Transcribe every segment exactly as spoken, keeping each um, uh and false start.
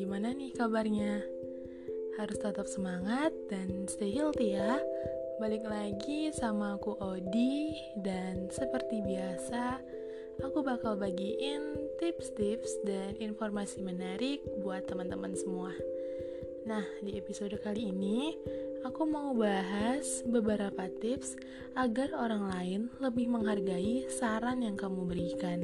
gimana nih kabarnya? Harus tetap semangat dan stay healthy ya. Balik lagi sama aku Odi. Dan seperti biasa, aku bakal bagiin tips-tips dan informasi menarik buat teman-teman semua. Nah, di episode kali ini aku mau bahas beberapa tips agar orang lain lebih menghargai saran yang kamu berikan.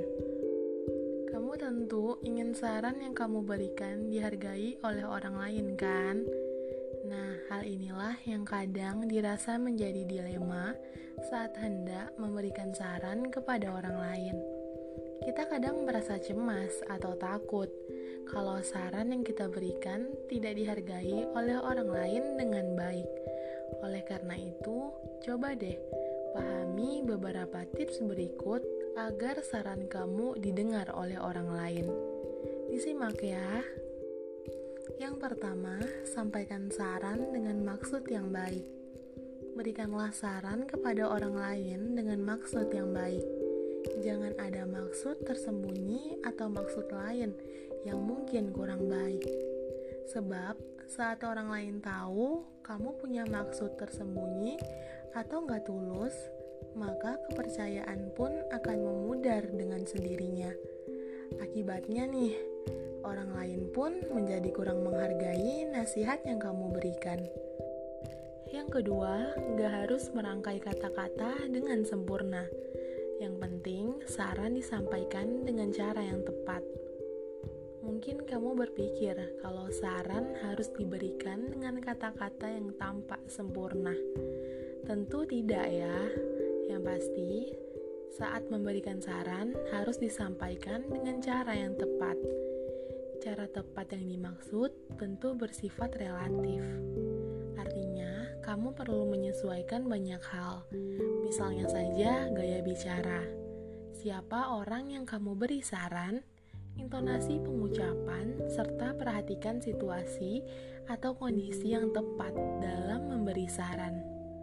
Kamu tentu ingin saran yang kamu berikan dihargai oleh orang lain kan? Nah, hal inilah yang kadang dirasa menjadi dilema saat hendak memberikan saran kepada orang lain. Kita kadang merasa cemas atau takut kalau saran yang kita berikan tidak dihargai oleh orang lain dengan baik. Oleh karena itu, coba deh pahami beberapa tips berikut agar saran kamu didengar oleh orang lain. Disimak ya. Yang pertama, sampaikan saran dengan maksud yang baik. Berikanlah saran kepada orang lain dengan maksud yang baik. Jangan ada maksud tersembunyi atau maksud lain yang mungkin kurang baik. Sebab saat orang lain tahu kamu punya maksud tersembunyi atau gak tulus, maka kepercayaan pun akan memudar dengan sendirinya. Akibatnya nih, orang lain pun menjadi kurang menghargai nasihat yang kamu berikan. Yang kedua, gak harus merangkai kata-kata dengan sempurna. Yang penting, saran disampaikan dengan cara yang tepat. Mungkin kamu berpikir kalau saran harus diberikan dengan kata-kata yang tampak sempurna. Tentu tidak ya. Yang pasti, saat memberikan saran harus disampaikan dengan cara yang tepat. Cara tepat yang dimaksud tentu bersifat relatif. Artinya, kamu perlu menyesuaikan banyak hal. Misalnya saja gaya bicara. Siapa orang yang kamu beri saran, intonasi pengucapan, serta perhatikan situasi atau kondisi yang tepat dalam memberi saran.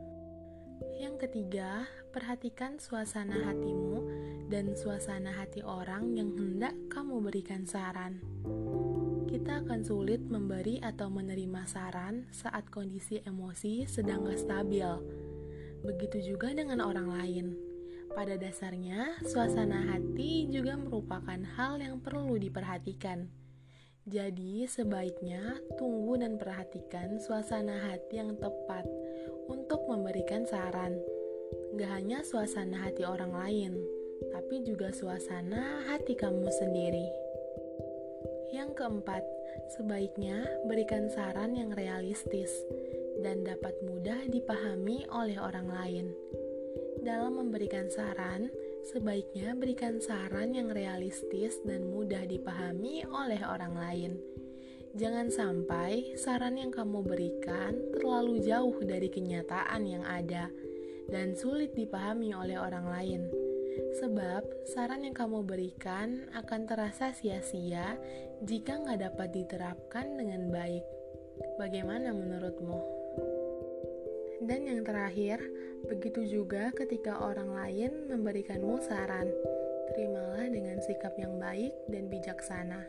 Yang ketiga, perhatikan suasana hatimu dan suasana hati orang yang hendak kamu berikan saran. Kita akan sulit memberi atau menerima saran saat kondisi emosi sedang gak stabil. Begitu juga dengan orang lain. Pada dasarnya, suasana hati juga merupakan hal yang perlu diperhatikan. Jadi, sebaiknya tunggu dan perhatikan suasana hati yang tepat untuk memberikan saran. Gak hanya suasana hati orang lain, tapi juga suasana hati kamu sendiri. Yang keempat, sebaiknya berikan saran yang realistis dan dapat mudah dipahami oleh orang lain. Dalam memberikan saran, sebaiknya berikan saran yang realistis dan mudah dipahami oleh orang lain. Jangan sampai saran yang kamu berikan terlalu jauh dari kenyataan yang ada dan sulit dipahami oleh orang lain. Sebab saran yang kamu berikan akan terasa sia-sia jika nggak dapat diterapkan dengan baik. Bagaimana menurutmu? Dan yang terakhir, begitu juga ketika orang lain memberikanmu saran. Terimalah dengan sikap yang baik dan bijaksana.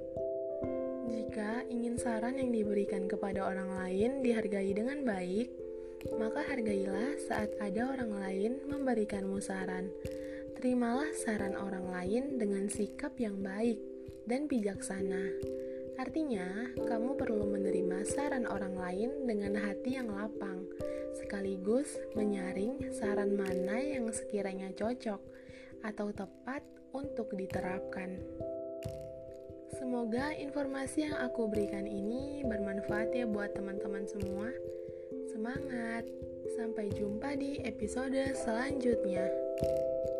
Jika ingin saran yang diberikan kepada orang lain dihargai dengan baik, maka hargailah saat ada orang lain memberikanmu saran. Terimalah saran orang lain dengan sikap yang baik dan bijaksana. Artinya, kamu perlu menerima saran orang lain dengan hati yang lapang, sekaligus menyaring saran mana yang sekiranya cocok atau tepat untuk diterapkan. Semoga informasi yang aku berikan ini bermanfaat ya buat teman-teman semua. Semangat! Sampai jumpa di episode selanjutnya.